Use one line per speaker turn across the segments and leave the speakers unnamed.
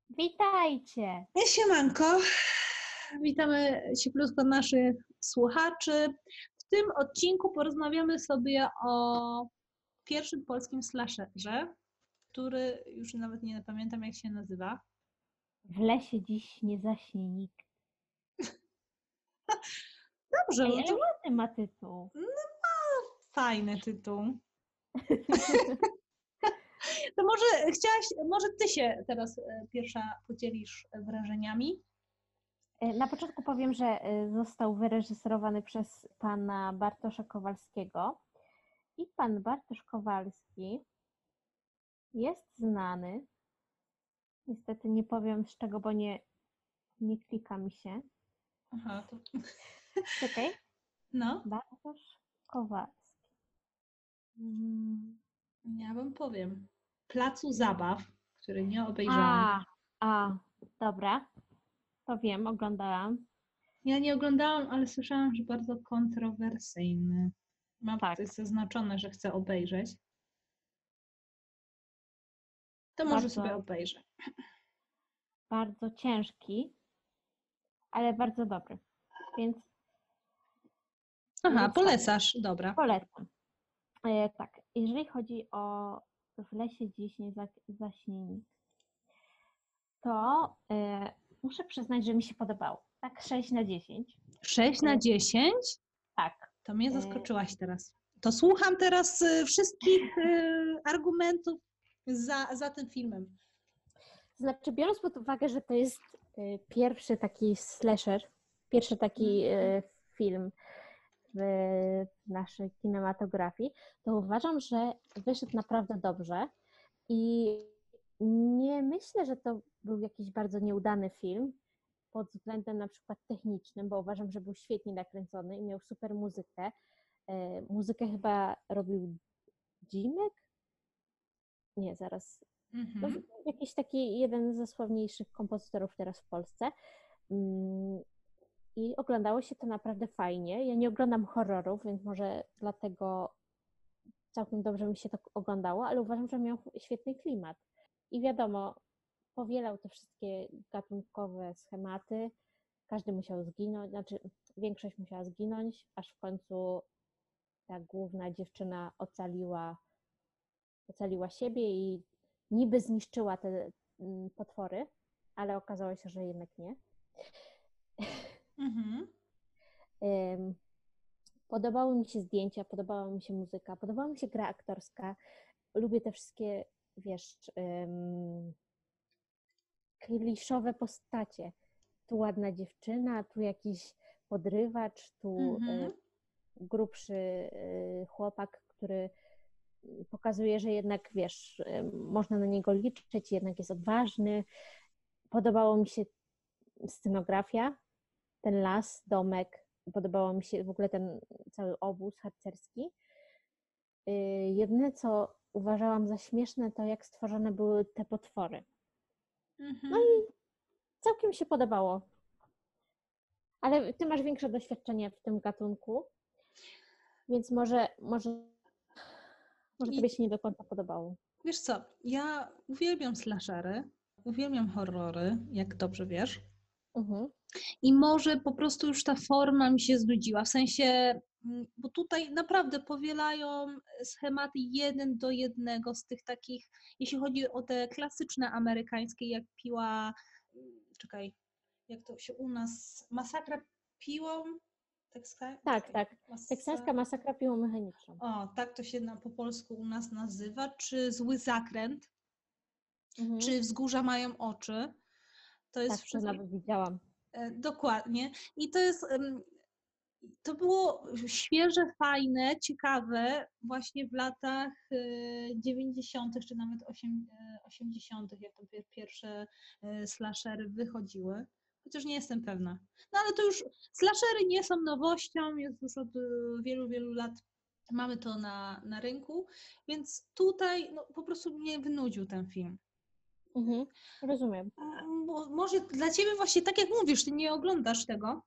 Witajcie!
Siemanko, witamy cieplutko naszych słuchaczy. W tym odcinku porozmawiamy sobie o pierwszym polskim slasherze, który już nawet nie pamiętam jak się nazywa.
W lesie dziś nie zaśnie nikt.
Dobrze,
Ej,
no
ale
to
ładny ma tytuł.
fajny tytuł. To może ty się teraz pierwsza podzielisz wrażeniami?
Na początku powiem, że został wyreżyserowany przez pana Bartosza Kowalskiego. I pan Bartosz Kowalski jest znany. Niestety nie powiem z czego, bo nie klika mi się.
Aha, to...
Czekaj.
No.
Bartosz Kowalski.
Ja wam powiem. Placu Zabaw, który nie obejrzałam.
Dobra. To wiem, oglądałam.
Ja nie oglądałam, ale słyszałam, że bardzo kontrowersyjny. Mam
Tak.
tutaj zaznaczone, że chcę obejrzeć. To może
Bardzo.
sobie obejrzę.
Bardzo ciężki, ale bardzo dobry. Więc
Aha,
tak.
polecasz, dobra.
Polecam. Tak, jeżeli chodzi o W lesie dziś nie zaśnie nikt, to muszę przyznać, że mi się podobało. Tak 6/10.
6/10?
Tak.
To mnie zaskoczyłaś teraz. To słucham teraz wszystkich argumentów za tym filmem.
Znaczy, biorąc pod uwagę, że to jest pierwszy taki slasher, pierwszy taki film w naszej kinematografii, to uważam, że wyszedł naprawdę dobrze i nie myślę, że to był jakiś bardzo nieudany film pod względem na przykład technicznym, bo uważam, że był świetnie nakręcony i miał super muzykę. Muzykę chyba robił Dzimek? Nie, zaraz. No, jakiś taki jeden ze sławniejszych kompozytorów teraz w Polsce. I oglądało się to naprawdę fajnie. Ja nie oglądam horrorów, więc może dlatego całkiem dobrze mi się to oglądało, ale uważam, że miał świetny klimat. I wiadomo, powielał te wszystkie gatunkowe schematy. Każdy musiał zginąć, znaczy większość musiała zginąć, aż w końcu ta główna dziewczyna ocaliła siebie i niby zniszczyła te potwory, ale okazało się, że jednak nie. Podobały mi się zdjęcia, podobała mi się muzyka, podobała mi się gra aktorska. Lubię te wszystkie, wiesz, kliszowe postacie. Tu ładna dziewczyna, tu jakiś podrywacz, tu grubszy chłopak, który pokazuje, że jednak, wiesz, można na niego liczyć, jednak jest odważny. Podobało mi się scenografia, ten las, domek, podobało mi się w ogóle ten cały obóz harcerski. Jedyne, co uważałam za śmieszne, to jak stworzone były te potwory. No i całkiem się podobało. Ale ty masz większe doświadczenie w tym gatunku, więc może tobie się nie do końca podobało.
Wiesz co, ja uwielbiam slashery, uwielbiam horrory, jak dobrze wiesz. I może po prostu już ta forma mi się znudziła, w sensie, bo tutaj naprawdę powielają schematy 1:1 z tych takich, jeśli chodzi o te klasyczne amerykańskie, jak piła, czekaj, jak to się u nas, masakra piłą?
Tak. Teksańska masakra piłą mechaniczną.
O, tak to się po polsku u nas nazywa, czy Zły zakręt, czy Wzgórza mają oczy. To jest
tak, to nawet widziałam.
Dokładnie. I to było świeże, fajne, ciekawe właśnie w latach 90., czy nawet 80., jak to pierwsze slashery wychodziły. Chociaż nie jestem pewna. No ale to już slashery nie są nowością, jest od wielu, wielu lat mamy to na rynku, więc tutaj po prostu mnie wynudził ten film.
Rozumiem.
Może dla ciebie właśnie, tak jak mówisz, ty nie oglądasz tego,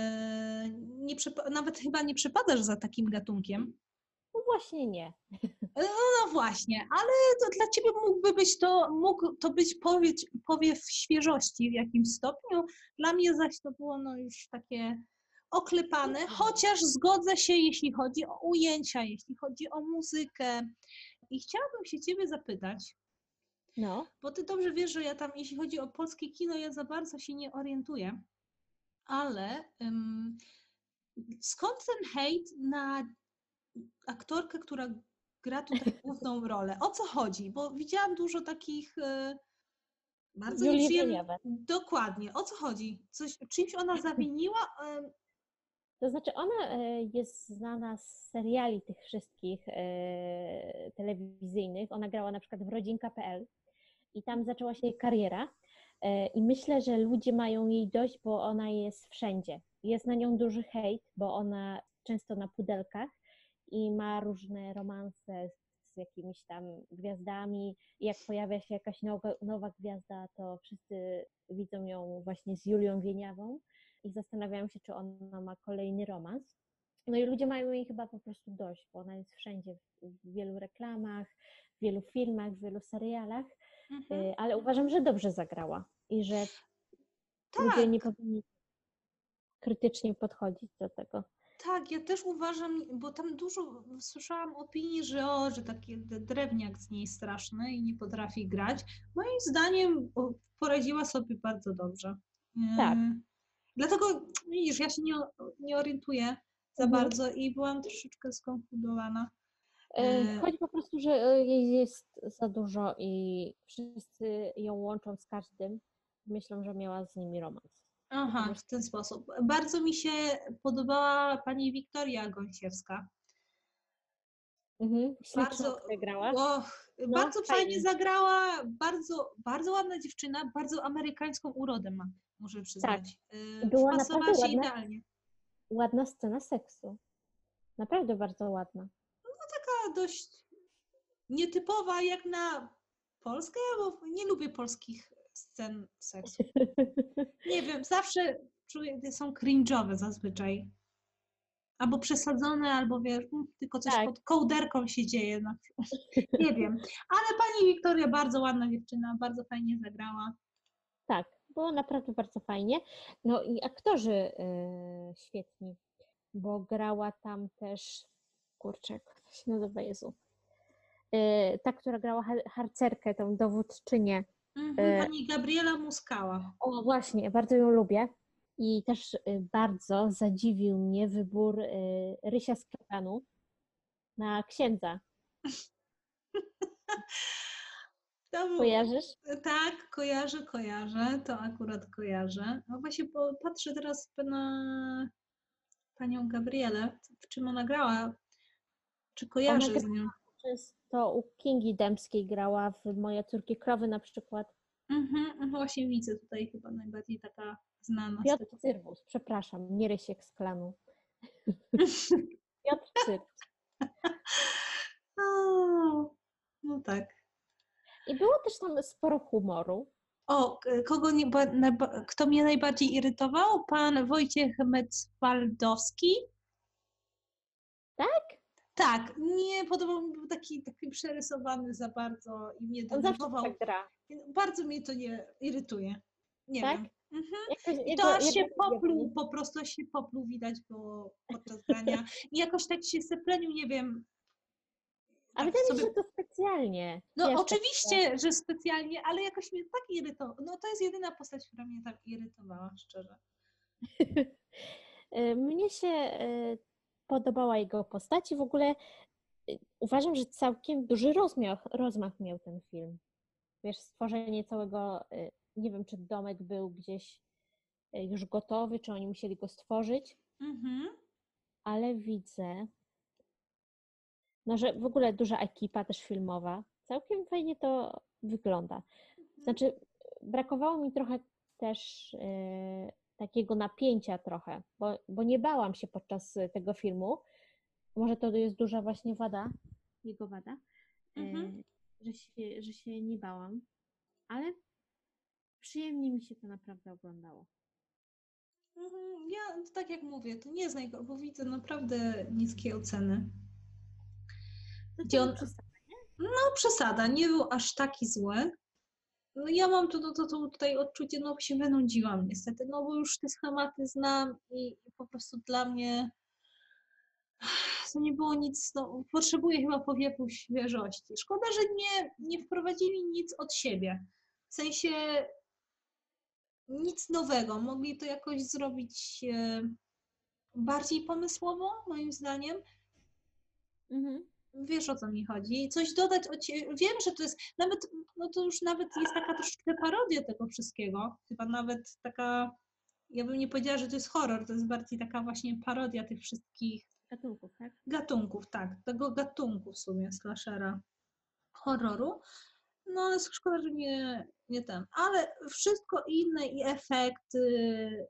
nawet chyba nie przepadasz za takim gatunkiem.
No właśnie nie.
No właśnie, ale to dla ciebie mógł to być powiew świeżości w jakimś stopniu. Dla mnie zaś to było no już takie oklepane, chociaż zgodzę się, jeśli chodzi o ujęcia, jeśli chodzi o muzykę. I chciałabym się ciebie zapytać,
No,
bo ty dobrze wiesz, że ja tam, jeśli chodzi o polskie kino, ja za bardzo się nie orientuję, ale skąd ten hejt na aktorkę, która gra tutaj główną rolę? O co chodzi? Bo widziałam dużo takich bardzo
Julię
nieprzyjemnych...
Wieniawę.
Dokładnie, o co chodzi? Czymś ona zawiniła?
To znaczy ona jest znana z seriali tych wszystkich telewizyjnych. Ona grała na przykład w Rodzinka.pl i tam zaczęła się jej kariera. I myślę, że ludzie mają jej dość, bo ona jest wszędzie. Jest na nią duży hejt, bo ona często na pudelkach i ma różne romanse z jakimiś tam gwiazdami. I jak pojawia się jakaś nowa gwiazda, to wszyscy widzą ją właśnie z Julią Wieniawą i zastanawiają się, czy ona ma kolejny romans. No i ludzie mają jej chyba po prostu dość, bo ona jest wszędzie, w wielu reklamach, w wielu filmach, w wielu serialach, ale uważam, że dobrze zagrała i że ludzie nie powinni krytycznie podchodzić do tego.
Tak, ja też uważam, bo tam dużo słyszałam opinii, że taki drewniak z niej straszny i nie potrafi grać. Moim zdaniem poradziła sobie bardzo dobrze.
Tak.
Dlatego, widzisz, ja się nie orientuję za bardzo i byłam troszeczkę skonfundowana.
Chodzi po prostu, że jej jest za dużo i wszyscy ją łączą z każdym. Myślą, że miała z nimi romans.
Aha, w ten sposób. Bardzo mi się podobała pani Wiktoria Gąsiewska.
Bardzo grała.
Bardzo fajnie zagrała, bardzo, bardzo ładna dziewczyna, bardzo amerykańską urodę ma, muszę przyznać.
Tak. Była
Wpasowała
naprawdę
się idealnie.
Ładna scena seksu. Naprawdę bardzo ładna.
No taka dość nietypowa jak na Polskę, bo nie lubię polskich scen seksu. Nie wiem, zawsze czuję, że są cringe'owe zazwyczaj. Albo przesadzone, albo wiesz, tylko coś pod kołderką się dzieje. Nie wiem. Ale pani Wiktoria bardzo ładna dziewczyna, bardzo fajnie zagrała.
Tak, było naprawdę bardzo fajnie. No i aktorzy świetni, bo grała tam też, kurczę, jak to się nazywa, Jezu. Ta, która grała harcerkę, tą dowódczynię.
Pani Gabriela Muskała.
O, właśnie, bardzo ją lubię. I też bardzo zadziwił mnie wybór Rysia Sklepanu na księdza. Kojarzysz?
Tak, kojarzę. To akurat kojarzę. No właśnie patrzę teraz na panią Gabrielę, w czym ona grała. Czy kojarzę z nią?
To u Kingi Dębskiej grała w Moje córki krowy na przykład.
Właśnie widzę tutaj chyba najbardziej taka znana.
Piotr Cyrwus, przepraszam, nie Rysiek z klanu. Piotr Cyrwus.
No tak.
I było też tam sporo humoru.
O, kto mnie najbardziej irytował? Pan Wojciech Metzwaldowski.
Tak?
Tak, nie podobał mi, był taki przerysowany za bardzo i mnie denerwował.
Tak gra.
Bardzo mnie to nie irytuje. Nie wiem. I
to
aż się popluł, po prostu się popluł, widać było podczas grania. I jakoś tak się seplenił, nie wiem.
A wydaje mi się, że to specjalnie.
No oczywiście, że specjalnie, ale jakoś mnie tak irytowało. No to jest jedyna postać, która mnie tak irytowała, szczerze.
Mnie się podobała jego postać i w ogóle uważam, że całkiem duży rozmach miał ten film. Wiesz, stworzenie całego, nie wiem, czy domek był gdzieś już gotowy, czy oni musieli go stworzyć, ale widzę, no, że w ogóle duża ekipa też filmowa, całkiem fajnie to wygląda. Znaczy, brakowało mi trochę też takiego napięcia trochę, bo nie bałam się podczas tego filmu. Może to jest duża właśnie jego wada, że się nie bałam, ale przyjemnie mi się to naprawdę oglądało.
Ja, tak jak mówię, to nie jest najgorsze, bo widzę naprawdę niskie oceny. No przesada, nie był aż taki zły. No ja mam to tutaj odczucie, no się wynudziłam niestety, no bo już te schematy znam i po prostu dla mnie to nie było nic, no potrzebuję chyba powiewu świeżości. Szkoda, że nie wprowadzili nic od siebie. W sensie nic nowego. Mogli to jakoś zrobić bardziej pomysłowo, moim zdaniem.
Mhm.
Wiesz, o co mi chodzi. Coś dodać o ciebie. Wiem, że to jest nawet, no to już nawet jest taka troszeczkę parodia tego wszystkiego. Chyba nawet taka, ja bym nie powiedziała, że to jest horror, to jest bardziej taka właśnie parodia tych wszystkich
Gatunków, tak?
gatunków, tak, tego gatunku w sumie slashera, horroru. No ale szkoda, że nie ten. Ale wszystko inne i efekty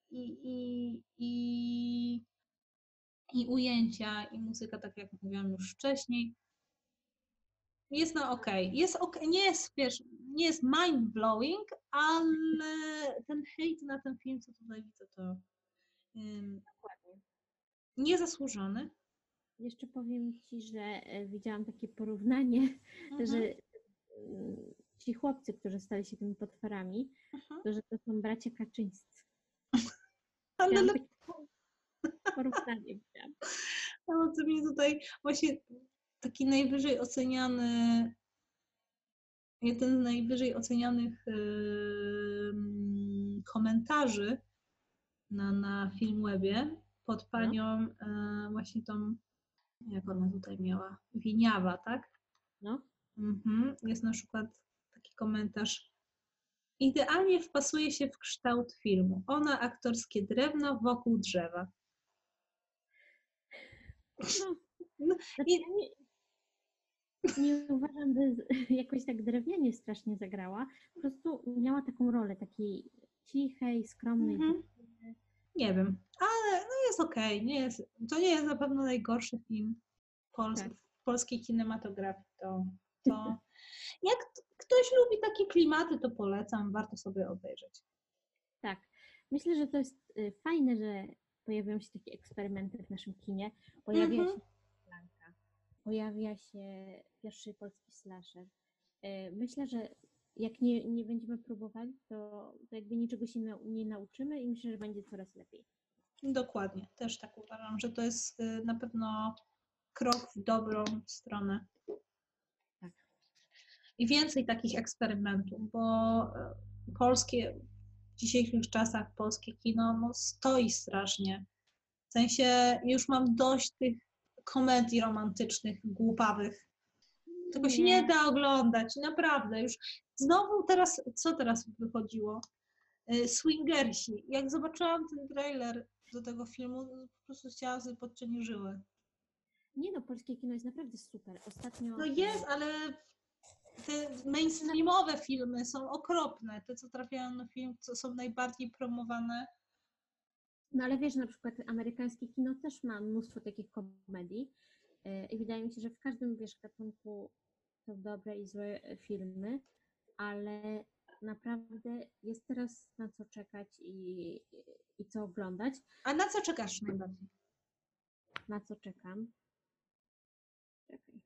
i i ujęcia, i muzyka, tak jak mówiłam już wcześniej, jest na okej. Jest okej, nie jest, wiesz, nie jest mind-blowing, ale ten hejt na ten film, co tutaj widzę, to
Dokładnie.
niezasłużony.
Jeszcze powiem Ci, że widziałam takie porównanie, że
Mhm,
ci chłopcy, którzy stali się tymi potworami,
mhm.
to że to są bracia Kaczyńscy.
Ale
Miałam takie porównanie. Widziałam.
ale co mnie tutaj właśnie taki najwyżej oceniany, jeden z najwyżej ocenianych komentarzy na Filmwebie pod
No,
panią właśnie tą, jak ona tutaj miała, Winiawa, tak?
no.
Jest na przykład taki komentarz. Idealnie wpasuje się w kształt filmu. Ona aktorskie drewno wokół drzewa.
No,
No,
znaczy
i,
ja nie uważam, by jakoś tak drewnianie strasznie zagrała. Po prostu miała taką rolę takiej cichej, skromnej
mhm,
dziewczyny.
nie wiem, ale no jest okej. To nie jest na pewno najgorszy film
Tak,
w polskiej kinematografii. To jak ktoś lubi takie klimaty, to polecam, warto sobie obejrzeć.
tak. Myślę, że to jest fajne, że pojawiają się takie eksperymenty w naszym kinie. Pojawia
Mhm.
się Blanka, pojawia się pierwszy polski slasher. Myślę, że jak nie będziemy próbowali, to jakby niczego się nie nauczymy i myślę, że będzie coraz lepiej.
Dokładnie, też tak uważam, że to jest na pewno krok w dobrą stronę.
Tak.
I więcej takich eksperymentów, bo polskie, w dzisiejszych czasach polskie kino no, stoi strasznie. W sensie już mam dość tych komedii romantycznych, głupawych. Tego się nie
Nie,
da oglądać, naprawdę. Już znowu teraz, co teraz wychodziło? Swingersi. Jak zobaczyłam ten trailer do tego filmu, po prostu chciałam sobie podciążyły.
nie no, polskie kino jest naprawdę super.
No
Ostatnio,
jest, ale te mainstreamowe filmy są okropne. Te, co trafiają na film, co są najbardziej promowane.
no ale wiesz, na przykład amerykańskie kino też ma mnóstwo takich komedii i wydaje mi się, że w każdym, wiesz, gatunku są dobre i złe filmy, ale naprawdę jest teraz na co czekać i co oglądać.
A na co czekasz najbardziej?
Na co czekam? Czekaj.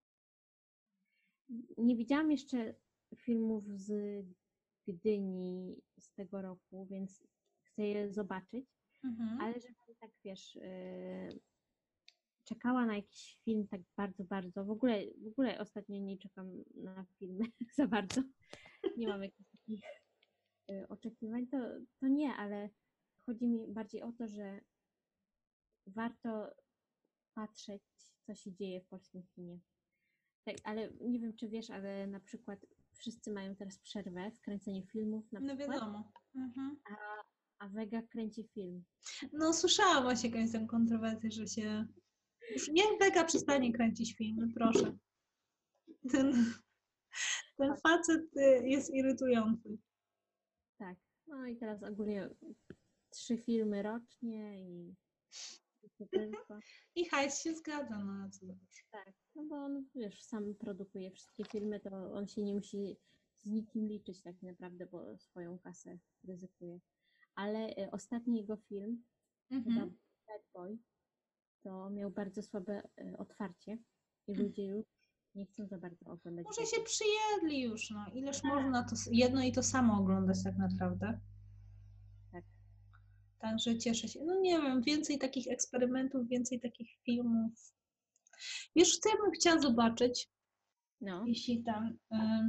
Nie widziałam jeszcze filmów z Gdyni z tego roku, więc chcę je zobaczyć,
Mhm.
ale żebym tak, wiesz, czekała na jakiś film tak bardzo, bardzo. W ogóle ostatnio nie czekam na filmy za bardzo. Nie mam jakichś takich oczekiwań. To nie, ale chodzi mi bardziej o to, że warto patrzeć, co się dzieje w polskim kinie. Tak, ale nie wiem, czy wiesz, ale na przykład wszyscy mają teraz przerwę w kręceniu filmów na
No
przykład,
wiadomo. Mhm.
a Vega kręci film.
No słyszałam właśnie jakąś tę kontrowersję, że się... Już niech Beka przestanie kręcić filmy, proszę. Ten, ten facet jest irytujący.
Tak. No i teraz ogólnie 3 filmy rocznie i to tylko.
I hajs się zgadza, no a co dobrze.
Tak, no bo on, wiesz, sam produkuje wszystkie filmy, to on się nie musi z nikim liczyć tak naprawdę, bo swoją kasę ryzykuje. Ale ostatni jego film, chyba
Mhm.
Bad Boy, to miał bardzo słabe otwarcie i ludzie już Nie chcę za bardzo oglądać.
Może się przyjedli już, no. Ileż można to jedno i to samo oglądać tak naprawdę.
Tak.
Także cieszę się. No nie wiem, więcej takich eksperymentów, więcej takich filmów. Wiesz, co ja bym chciała zobaczyć?
No.
Jeśli tam...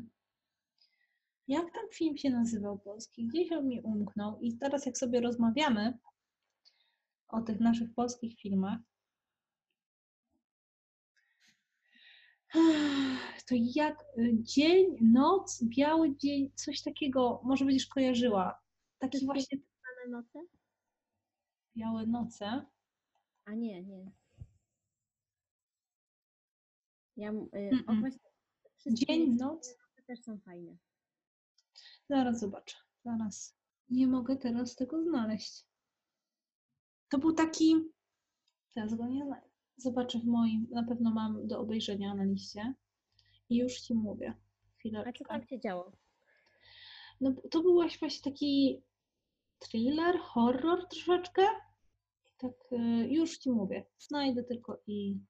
jak ten film się nazywał polski? Gdzieś on mi umknął. I teraz jak sobie rozmawiamy o tych naszych polskich filmach, to jak dzień, noc, biały dzień, coś takiego, może będziesz kojarzyła. Taki właśnie...
Same noce?
Białe noce.
A nie. Ja, właśnie,
dzień, noc.
Też są fajne.
Zaraz zobaczę. Zaraz. Nie mogę teraz tego znaleźć. To był taki... Teraz go nie znajdę. Zobaczę w moim... Na pewno mam do obejrzenia na liście. I już ci mówię. Chwileczkę.
A co tam się działo?
No to był właśnie taki thriller, horror troszeczkę. I tak już ci mówię. Znajdę tylko i...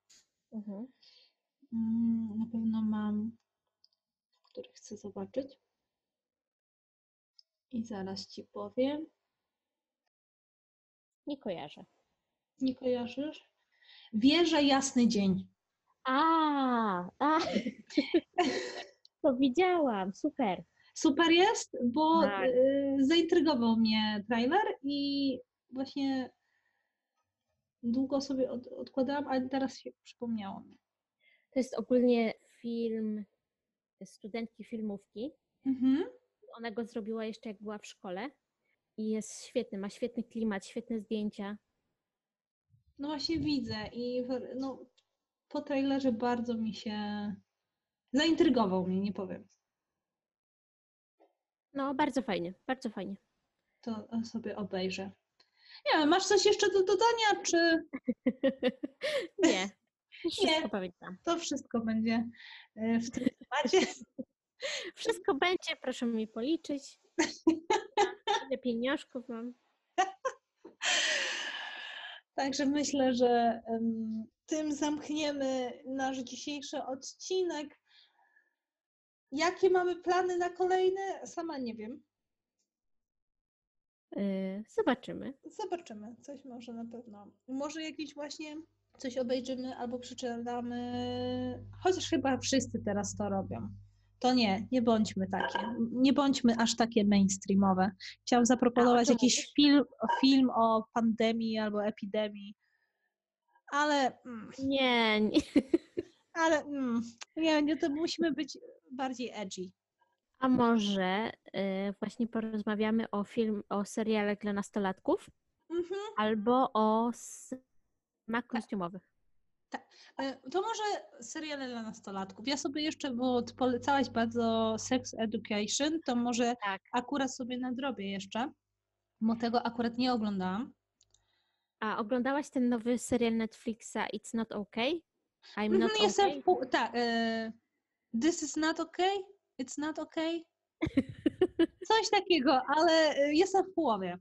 Na pewno mam, który chcę zobaczyć. I zaraz ci powiem.
Nie kojarzę.
Nie kojarzysz? Wieża Jasny Dzień.
To widziałam, super.
Super jest, bo
Tak.
zaintrygował mnie trailer i właśnie długo sobie odkładałam, ale teraz się przypomniało mi.
To jest ogólnie film studentki filmówki. Ona go zrobiła jeszcze jak była w szkole i jest świetny, ma świetny klimat, świetne zdjęcia.
No właśnie widzę i no, po trailerze bardzo mi się zaintrygował mnie, nie powiem.
No, bardzo fajnie, bardzo fajnie.
To sobie obejrzę. Nie wiem, masz coś jeszcze do dodania, czy...
Nie, wszystko pamiętam.
To wszystko będzie w tym temacie.
Wszystko będzie, proszę mi policzyć. Ile pieniążków mam.
Także myślę, że tym zamkniemy nasz dzisiejszy odcinek. Jakie mamy plany na kolejne? Sama nie wiem.
Zobaczymy.
Zobaczymy. Coś może na pewno. Może jakieś właśnie coś obejrzymy albo przeczytamy. Chociaż chyba wszyscy teraz to robią. To nie bądźmy takie. Nie bądźmy aż takie mainstreamowe. Chciałam zaproponować jakiś film o pandemii albo epidemii. Ale...
Nie.
Ale nie, to musimy być bardziej edgy.
A może właśnie porozmawiamy o serialach dla nastolatków albo o filmach kostiumowych.
Tak. To może seriale dla nastolatków. Ja sobie jeszcze, bo ty polecałaś bardzo Sex Education, to może akurat sobie nadrobię jeszcze, bo tego akurat nie oglądałam.
A oglądałaś ten nowy serial Netflixa It's Not Okay? I'm Not
Jestem
Okay?
tak. This is not okay? It's not okay? Coś takiego, ale jestem w połowie.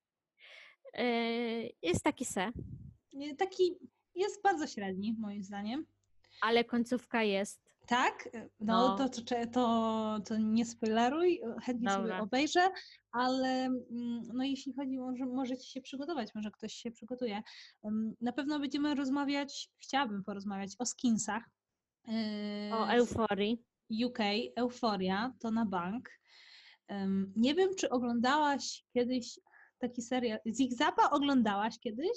Jest taki
Taki jest bardzo średni, moim zdaniem.
Ale końcówka jest.
Tak? No. To nie spoileruj, chętnie sobie obejrzę, ale no jeśli chodzi, możecie się przygotować, może ktoś się przygotuje. Na pewno będziemy rozmawiać, chciałabym porozmawiać o Skinsach.
O Euforii.
UK, Euforia, to na bank. Nie wiem, czy oglądałaś kiedyś taki serial. Zig-Zapa oglądałaś kiedyś?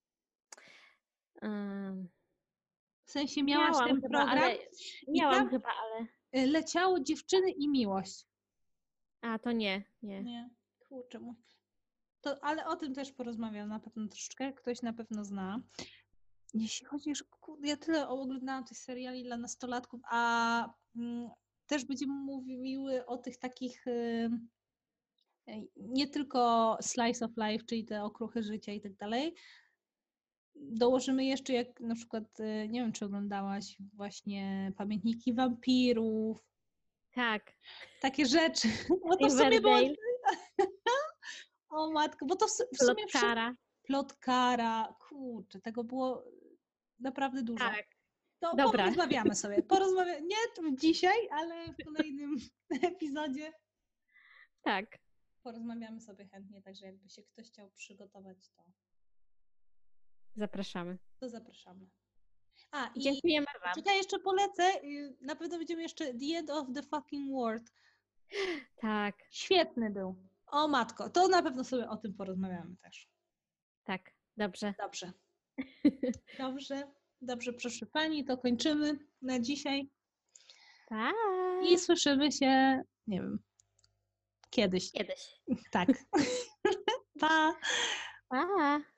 W sensie miałaś ten program?
Miałam chyba, ale...
Leciało Dziewczyny i Miłość.
A, to nie.
Nie, kurczę. Ale o tym też porozmawiam na pewno troszeczkę. Ktoś na pewno zna. Jeśli chodzi już... Ja tyle oglądałam tych seriali dla nastolatków, a też będziemy mówiły o tych takich nie tylko slice of life, czyli te okruchy życia i tak dalej. Dołożymy jeszcze, jak na przykład, nie wiem, czy oglądałaś właśnie Pamiętniki wampirów.
Tak.
Takie rzeczy. Bo to w sumie było... O matko, bo to w sumie...
Plotkara.
Plotkara. Kurczę, tego było naprawdę dużo.
Tak.
To
Dobra.
porozmawiamy sobie. Nie dzisiaj, ale w kolejnym epizodzie.
Tak.
Porozmawiamy sobie chętnie, także jakby się ktoś chciał przygotować,
Zapraszamy.
to zapraszamy. I
Dziękujemy wam.
czekaj, jeszcze polecę. Na pewno będziemy jeszcze The End of the Fucking World.
Tak.
Świetny był. O matko, to na pewno sobie o tym porozmawiamy też.
Tak, dobrze.
Dobrze, proszę pani, to kończymy na dzisiaj.
Tak.
I słyszymy się, nie wiem, kiedyś.
Kiedyś.
Tak. Pa!
Pa!